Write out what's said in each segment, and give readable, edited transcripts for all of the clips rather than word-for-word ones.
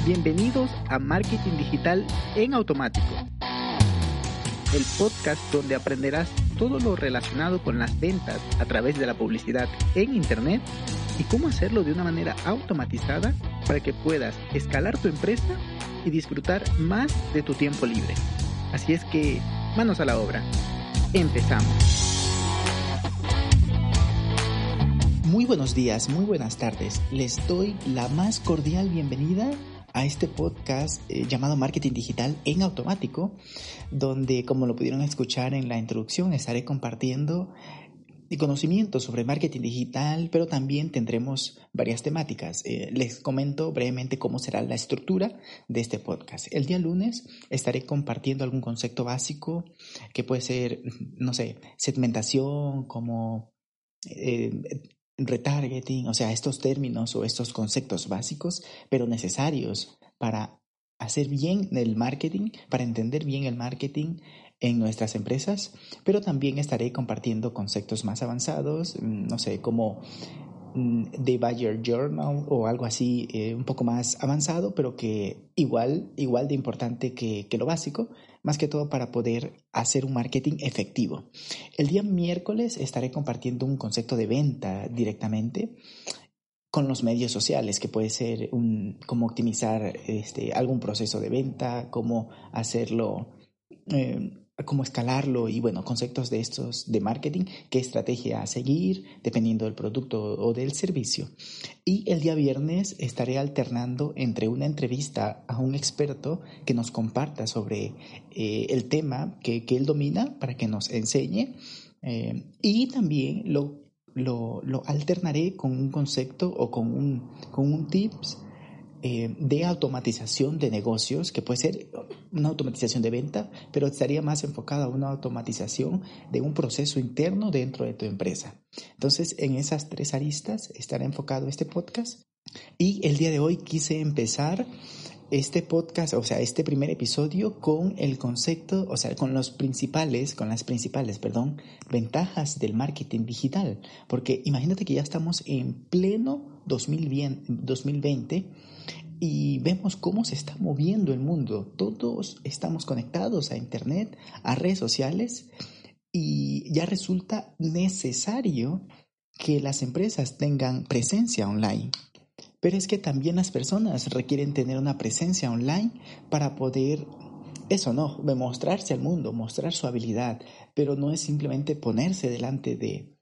Bienvenidos a Marketing Digital en Automático, el podcast donde aprenderás todo lo relacionado con las ventas a través de la publicidad en Internet y cómo hacerlo de una manera automatizada para que puedas escalar tu empresa y disfrutar más de tu tiempo libre. Así es que, manos a la obra. Empezamos. Muy buenos días, muy buenas tardes. Les doy la más cordial bienvenida a este podcast llamado Marketing Digital en Automático, donde, como lo pudieron escuchar en la introducción, estaré compartiendo conocimientos sobre marketing digital, pero también tendremos varias temáticas. Les comento brevemente cómo será la estructura de este podcast. El día lunes estaré compartiendo algún concepto básico que puede ser, segmentación, como retargeting, o sea, estos términos o estos conceptos básicos, pero necesarios para hacer bien el marketing, para entender bien el marketing en nuestras empresas, pero también estaré compartiendo conceptos más avanzados, como The Buyer Journal o algo así, un poco más avanzado, pero que igual de importante que lo básico, más que todo para poder hacer un marketing efectivo. El día miércoles estaré compartiendo un concepto de venta directamente con los medios sociales, que puede ser cómo optimizar algún proceso de venta, cómo hacerlo, cómo escalarlo y conceptos de estos de marketing, qué estrategia a seguir dependiendo del producto o del servicio. Y el día viernes estaré alternando entre una entrevista a un experto que nos comparta sobre el tema que él domina para que nos enseñe, y también lo alternaré con un concepto o con un tips de automatización de negocios, que puede ser una automatización de venta, pero estaría más enfocada a una automatización de un proceso interno dentro de tu empresa. Entonces, en esas tres aristas estará enfocado este podcast. Y el día de hoy quise empezar este podcast, este primer episodio con el concepto, con las principales, ventajas del marketing digital. Porque imagínate que ya estamos en pleno 2020 y vemos cómo se está moviendo el mundo. Todos estamos conectados a Internet, a redes sociales, y ya resulta necesario que las empresas tengan presencia online. Pero es que también las personas requieren tener una presencia online para poder, demostrarse al mundo, mostrar su habilidad. Pero no es simplemente ponerse delante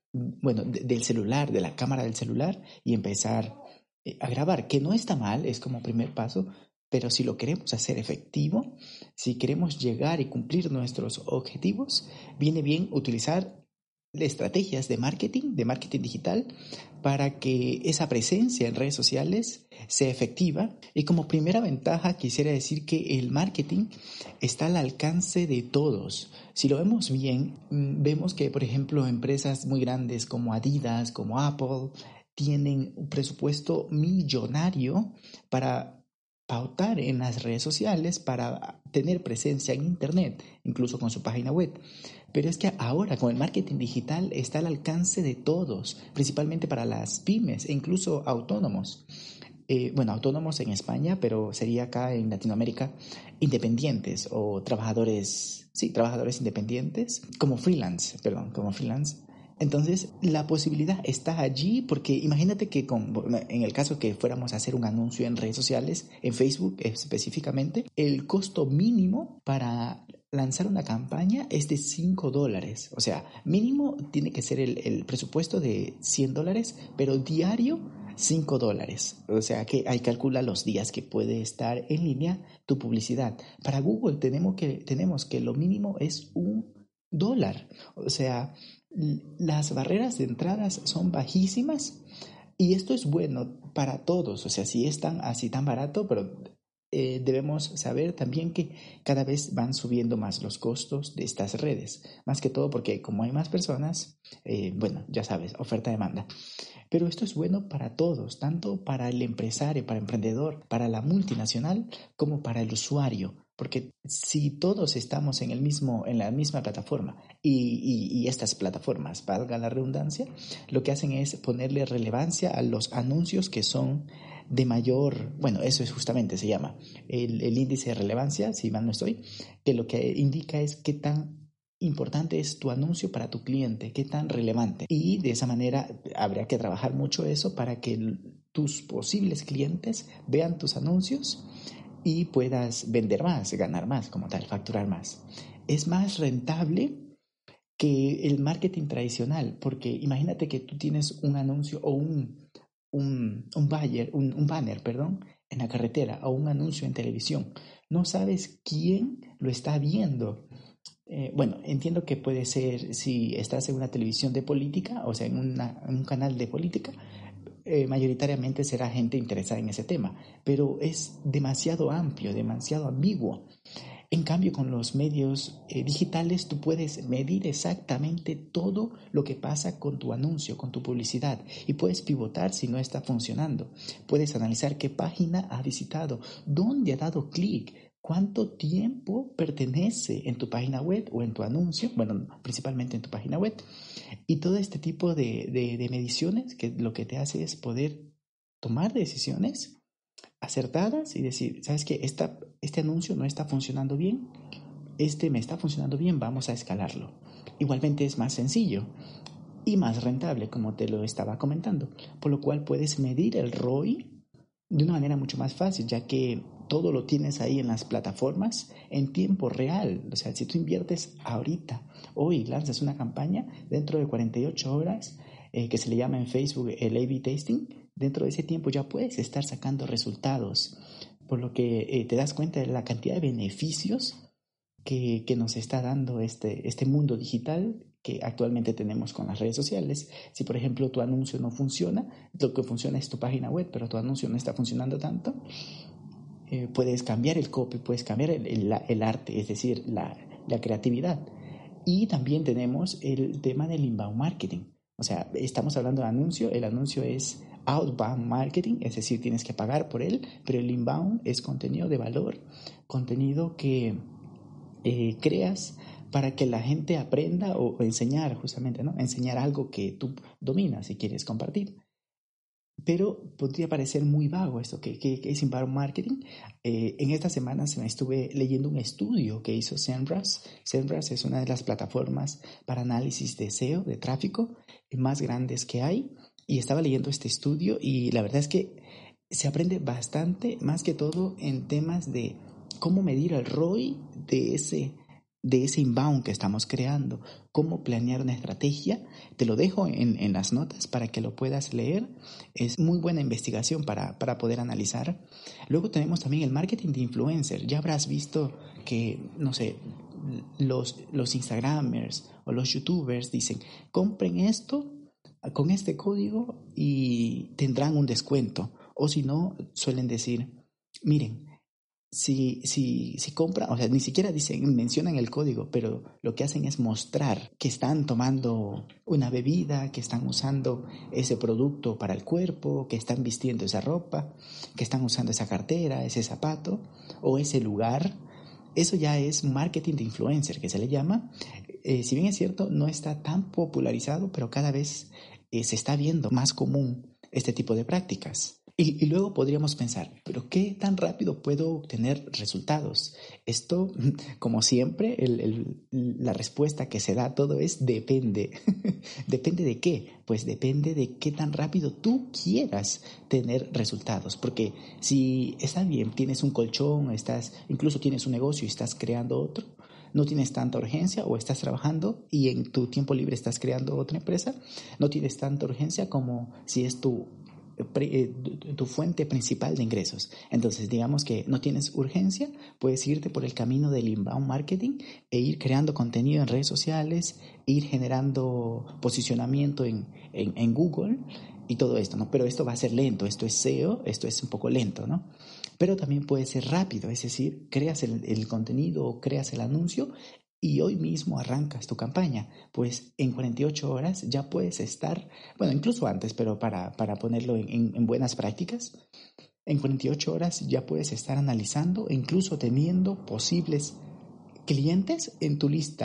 del celular, de la cámara del celular y empezar a grabar, que no está mal, es como primer paso, pero si lo queremos hacer efectivo, si queremos llegar y cumplir nuestros objetivos, viene bien utilizar estrategias de marketing digital para que esa presencia en redes sociales sea efectiva. Y como primera ventaja quisiera decir que el marketing está al alcance de todos. Si lo vemos bien, vemos que, por ejemplo, empresas muy grandes como Adidas, como Apple, tienen un presupuesto millonario para pautar en las redes sociales, para tener presencia en Internet, incluso con su página web. Pero es que ahora con el marketing digital está al alcance de todos, principalmente para las pymes e incluso autónomos. Autónomos en España, pero sería acá en Latinoamérica independientes o trabajadores independientes, como freelance. Entonces, la posibilidad está allí porque imagínate que en el caso que fuéramos a hacer un anuncio en redes sociales, en Facebook específicamente, el costo mínimo para lanzar una campaña es de $5. O sea, mínimo tiene que ser el presupuesto de $100, pero diario $5. O sea, que ahí calcula los días que puede estar en línea tu publicidad. Para Google tenemos que lo mínimo es $1. O sea, las barreras de entradas son bajísimas y esto es bueno para todos. O sea, si es tan barato, pero debemos saber también que cada vez van subiendo más los costos de estas redes, más que todo porque como hay más personas, ya sabes, oferta-demanda. Pero esto es bueno para todos, tanto para el empresario, para el emprendedor, para la multinacional, como para el usuario. Porque si todos estamos en la misma plataforma y estas plataformas, valga la redundancia, lo que hacen es ponerle relevancia a los anuncios que son de mayor, bueno, eso es justamente, se llama el índice de relevancia, si mal no estoy, que lo que indica es qué tan importante es tu anuncio para tu cliente, qué tan relevante. Y de esa manera habría que trabajar mucho eso para que tus posibles clientes vean tus anuncios y puedas vender más, ganar más como tal, facturar más. Es más rentable que el marketing tradicional, porque imagínate que tú tienes un anuncio o un banner, perdón, en la carretera o un anuncio en televisión. No sabes quién lo está viendo. Bueno, entiendo que puede ser si estás en una televisión de política, o sea, en un canal de política, mayoritariamente será gente interesada en ese tema, pero es demasiado amplio, demasiado ambiguo. En cambio, con los medios digitales tú puedes medir exactamente todo lo que pasa con tu anuncio, con tu publicidad, y puedes pivotar si no está funcionando. Puedes analizar qué página ha visitado, dónde ha dado clic, cuánto tiempo pertenece en tu página web o en tu anuncio, bueno, principalmente en tu página web. Y todo este tipo de mediciones que lo que te hace es poder tomar decisiones acertadas y decir, ¿sabes qué? Este anuncio no está funcionando bien, este me está funcionando bien, vamos a escalarlo. Igualmente es más sencillo y más rentable, como te lo estaba comentando, por lo cual puedes medir el ROI de una manera mucho más fácil, ya que todo lo tienes ahí en las plataformas en tiempo real. O sea, si tú inviertes ahorita, hoy lanzas una campaña, dentro de 48 horas, que se le llama en Facebook el A/B testing, dentro de ese tiempo ya puedes estar sacando resultados, por lo que te das cuenta de la cantidad de beneficios que nos está dando este mundo digital que actualmente tenemos con las redes sociales. Si por ejemplo tu anuncio no funciona, lo que funciona es tu página web, pero tu anuncio no está funcionando tanto, puedes cambiar el copy, puedes cambiar el arte, es decir, la creatividad. Y también tenemos el tema del inbound marketing. O sea, estamos hablando de anuncio, el anuncio es outbound marketing, es decir, tienes que pagar por él, pero el inbound es contenido de valor, contenido que creas para que la gente aprenda o enseñar justamente, ¿no? Enseñar algo que tú dominas y quieres compartir. Pero podría parecer muy vago esto, que es inbound marketing. En estas semanas me estuve leyendo un estudio que hizo Semrush. Semrush es una de las plataformas para análisis de SEO, de tráfico, más grandes que hay. Y estaba leyendo este estudio y la verdad es que se aprende bastante, más que todo en temas de cómo medir el ROI de ese inbound que estamos creando, cómo planear una estrategia. Te lo dejo en las notas para que lo puedas leer. Es muy buena investigación para poder analizar. Luego tenemos también el marketing de influencer. Ya habrás visto que, no sé, los Instagramers o los YouTubers dicen, compren esto con este código y tendrán un descuento. O si no, suelen decir, miren, si compran, o sea, ni siquiera mencionan el código, pero lo que hacen es mostrar que están tomando una bebida, que están usando ese producto para el cuerpo, que están vistiendo esa ropa, que están usando esa cartera, ese zapato o ese lugar. Eso ya es marketing de influencer, que se le llama. Si bien es cierto, no está tan popularizado, pero cada vez se está viendo más común este tipo de prácticas. Y luego podríamos pensar, ¿pero qué tan rápido puedo obtener resultados? Esto, como siempre, la respuesta que se da a todo es depende. ¿Depende de qué? Pues depende de qué tan rápido tú quieras tener resultados. Porque si está bien, tienes un colchón, incluso tienes un negocio y estás creando otro, no tienes tanta urgencia, o estás trabajando y en tu tiempo libre estás creando otra empresa, no tienes tanta urgencia como si es tu fuente principal de ingresos. Entonces, digamos que no tienes urgencia, puedes irte por el camino del inbound marketing e ir creando contenido en redes sociales, ir generando posicionamiento en Google y todo esto, ¿no? Pero esto va a ser lento, esto es SEO, esto es un poco lento, ¿no? Pero también puede ser rápido, es decir, creas el contenido o creas el anuncio y hoy mismo arrancas tu campaña, pues en 48 horas ya puedes estar, bueno, incluso antes, pero para ponerlo en buenas prácticas, en 48 horas ya puedes estar analizando e incluso teniendo posibles clientes en tu lista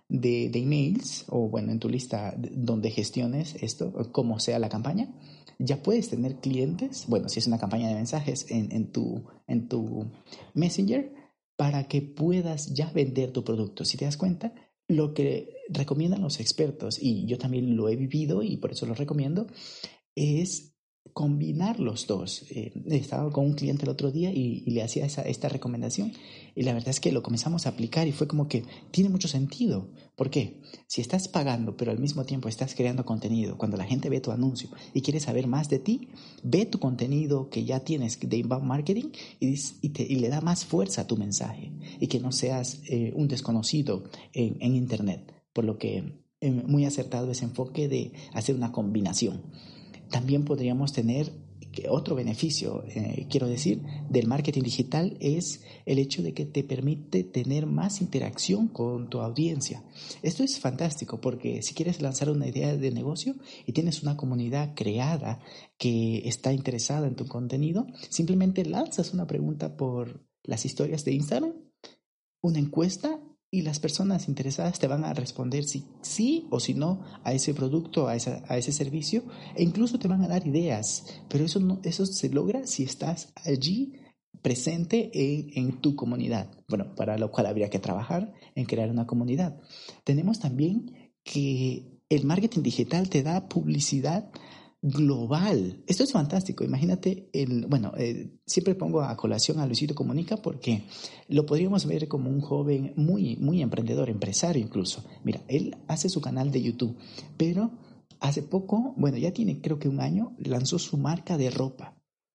de emails, o bueno, en tu lista donde gestiones esto, como sea la campaña, ya puedes tener clientes, bueno, si es una campaña de mensajes en tu Messenger, para que puedas ya vender tu producto. Si te das cuenta, lo que recomiendan los expertos, y yo también lo he vivido y por eso lo recomiendo, es combinar los dos. Estaba con un cliente el otro día y le hacía esta recomendación, y la verdad es que lo comenzamos a aplicar y fue como que tiene mucho sentido. ¿Por qué? Si estás pagando pero al mismo tiempo estás creando contenido, cuando la gente ve tu anuncio y quiere saber más de ti, ve tu contenido que ya tienes de inbound marketing y le da más fuerza a tu mensaje, y que no seas un desconocido en internet. Por lo que muy acertado ese enfoque de hacer una combinación. También podríamos tener otro beneficio, quiero decir, del marketing digital, es el hecho de que te permite tener más interacción con tu audiencia. Esto es fantástico porque si quieres lanzar una idea de negocio y tienes una comunidad creada que está interesada en tu contenido, simplemente lanzas una pregunta por las historias de Instagram, una encuesta, y las personas interesadas te van a responder si sí o si no a ese producto, a ese servicio, e incluso te van a dar ideas. Pero eso se logra si estás allí presente en tu comunidad. Bueno, para lo cual habría que trabajar en crear una comunidad. Tenemos también que el marketing digital te da publicidad global. Esto es fantástico. Imagínate, siempre pongo a colación a Luisito Comunica porque lo podríamos ver como un joven muy, muy emprendedor, empresario incluso. Mira, él hace su canal de YouTube, pero hace poco, bueno, ya tiene creo que un año, lanzó su marca de ropa.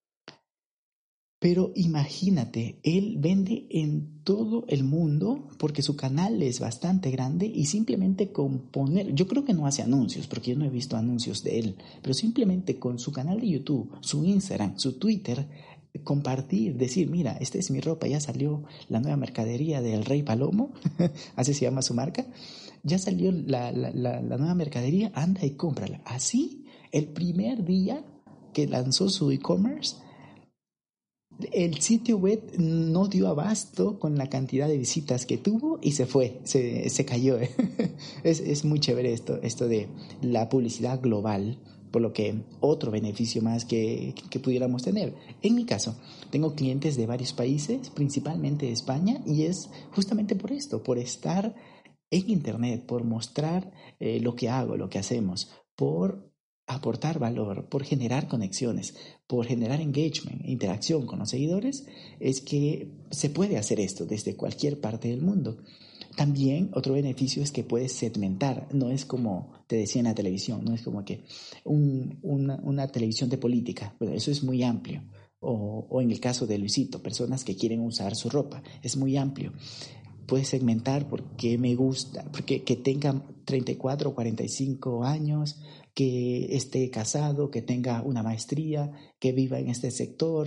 Pero imagínate, él vende en todo el mundo porque su canal es bastante grande, y simplemente con poner, yo creo que no hace anuncios porque yo no he visto anuncios de él, pero simplemente con su canal de YouTube, su Instagram, su Twitter, compartir, decir, mira, esta es mi ropa, ya salió la nueva mercadería del Rey Palomo, así se llama su marca, ya salió la nueva mercadería, anda y cómprala. Así, el primer día que lanzó su e-commerce, el sitio web no dio abasto con la cantidad de visitas que tuvo y se cayó. Es muy chévere esto de la publicidad global, por lo que otro beneficio más que pudiéramos tener. En mi caso, tengo clientes de varios países, principalmente de España, y es justamente por esto, por estar en internet, por mostrar lo que hago, lo que hacemos, por aportar valor, por generar conexiones, por generar engagement, interacción con los seguidores, es que se puede hacer esto desde cualquier parte del mundo. También otro beneficio es que puedes segmentar, no es como te decía en la televisión, no es como que una televisión de política, bueno, eso es muy amplio, o en el caso de Luisito, personas que quieren usar su ropa, es muy amplio. Puedes segmentar porque me gusta, porque que tenga 34 o 45 años, que esté casado, que tenga una maestría, que viva en este sector,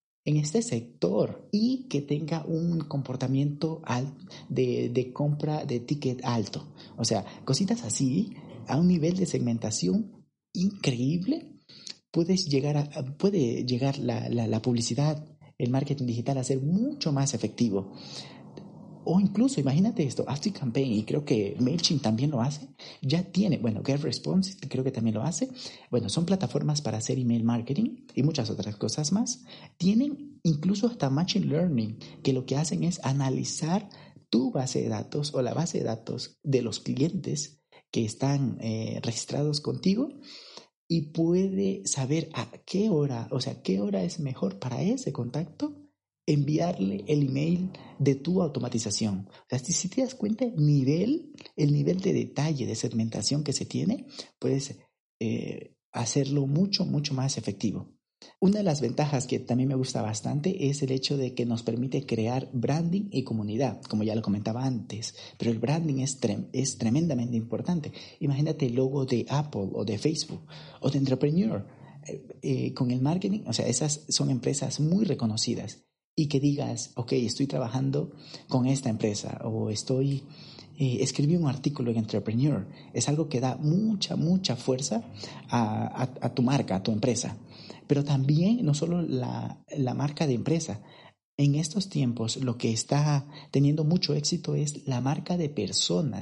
y que tenga un comportamiento de compra de ticket alto. O sea, cositas así, a un nivel de segmentación increíble, puede llegar la publicidad, el marketing digital a ser mucho más efectivo. O incluso, imagínate esto, ActiveCampaign, y creo que MailChimp también lo hace, ya tiene, bueno, GetResponse creo que también lo hace, bueno, son plataformas para hacer email marketing y muchas otras cosas más. Tienen incluso hasta Machine Learning, que lo que hacen es analizar tu base de datos o la base de datos de los clientes que están registrados contigo, y puede saber a qué hora, o sea, qué hora es mejor para ese contacto enviarle el email de tu automatización. O sea, si te das cuenta el nivel de detalle de segmentación que se tiene, puedes hacerlo mucho, mucho más efectivo. Una de las ventajas que también me gusta bastante es el hecho de que nos permite crear branding y comunidad, como ya lo comentaba antes, pero el branding es tremendamente importante. Imagínate el logo de Apple o de Facebook o de Entrepreneur. Con el marketing, o sea, esas son empresas muy reconocidas, y que digas, ok, estoy trabajando con esta empresa, o escribí un artículo en Entrepreneur, es algo que da mucha, mucha fuerza a tu marca, a tu empresa. Pero también no solo la marca de empresa. En estos tiempos lo que está teniendo mucho éxito es la marca de personas.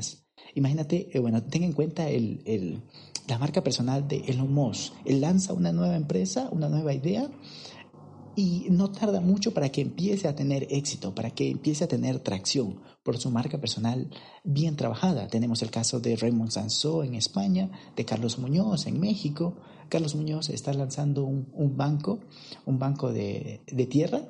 Imagínate, ten en cuenta la marca personal de Elon Musk. Él lanza una nueva empresa, una nueva idea, y no tarda mucho para que empiece a tener éxito, para que empiece a tener tracción por su marca personal bien trabajada. Tenemos el caso de Raymond Sansó en España, de Carlos Muñoz en México. Carlos Muñoz está lanzando un banco de tierra,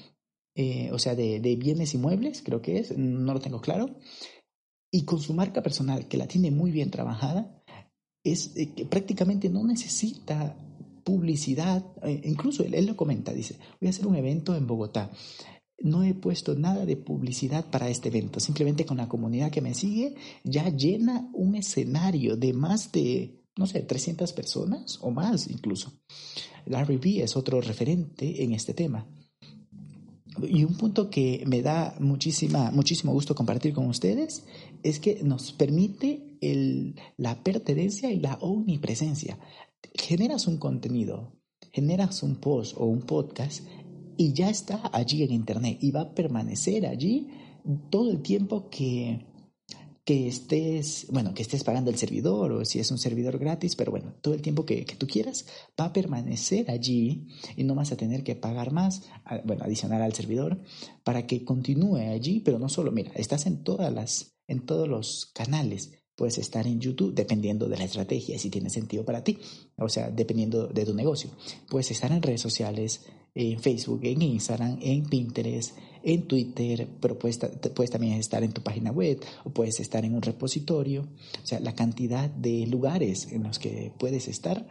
de bienes inmuebles, creo que es, no lo tengo claro. Y con su marca personal, que la tiene muy bien trabajada, es que prácticamente no necesita publicidad. Incluso él lo comenta, dice, voy a hacer un evento en Bogotá. No he puesto nada de publicidad para este evento. Simplemente con la comunidad que me sigue ya llena un escenario de más de, 300 personas o más incluso. Gary Vee es otro referente en este tema. Y un punto que me da muchísimo gusto compartir con ustedes es que nos permite la pertenencia y la omnipresencia. Generas un contenido, generas un post o un podcast y ya está allí en internet y va a permanecer allí todo el tiempo que estés pagando el servidor, o si es un servidor gratis, pero todo el tiempo que tú quieras va a permanecer allí y no vas a tener que pagar más, adicional al servidor, para que continúe allí. Pero no solo, estás en todos los canales. Puedes estar en YouTube, dependiendo de la estrategia, si tiene sentido para ti, dependiendo de tu negocio. Puedes estar en redes sociales, en Facebook, en Instagram, en Pinterest, en Twitter, pero puedes también estar en tu página web, o puedes estar en un repositorio. La cantidad de lugares en los que puedes estar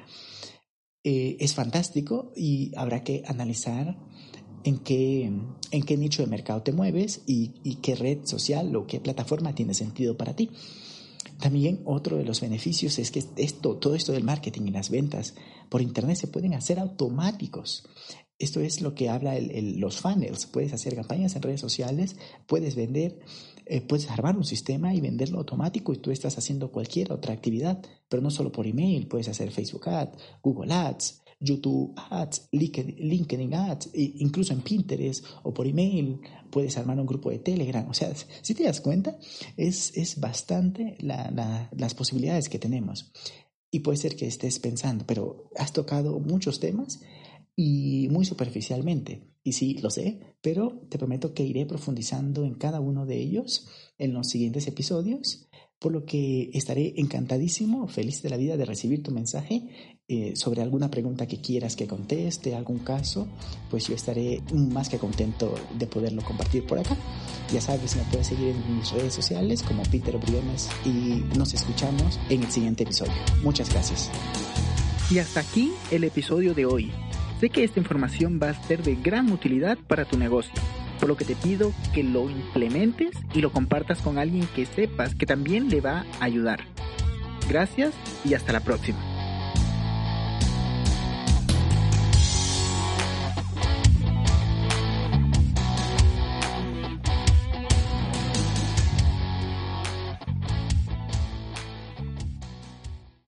es fantástico, y habrá que analizar en qué nicho de mercado te mueves y qué red social o qué plataforma tiene sentido para ti. También otro de los beneficios es que todo esto del marketing y las ventas por internet se pueden hacer automáticos. Esto es lo que habla los funnels. Puedes hacer campañas en redes sociales, puedes vender, puedes armar un sistema y venderlo automático, y tú estás haciendo cualquier otra actividad, pero no solo por email. Puedes hacer Facebook Ads, Google Ads, YouTube Ads, LinkedIn Ads, incluso en Pinterest o por email. Puedes armar un grupo de Telegram. Si te das cuenta, es bastante las posibilidades que tenemos. Y puede ser que estés pensando, pero has tocado muchos temas y muy superficialmente. Y sí, lo sé, pero te prometo que iré profundizando en cada uno de ellos en los siguientes episodios, por lo que estaré encantadísimo, feliz de la vida de recibir tu mensaje sobre alguna pregunta que quieras que conteste, algún caso. Pues yo estaré más que contento de poderlo compartir por acá. Ya sabes, me puedes seguir en mis redes sociales como Peter Briones, y nos escuchamos en el siguiente episodio. Muchas gracias. Y hasta aquí el episodio de hoy. Sé que esta información va a ser de gran utilidad para tu negocio, por lo que te pido que lo implementes y lo compartas con alguien que sepas que también le va a ayudar. Gracias y hasta la próxima.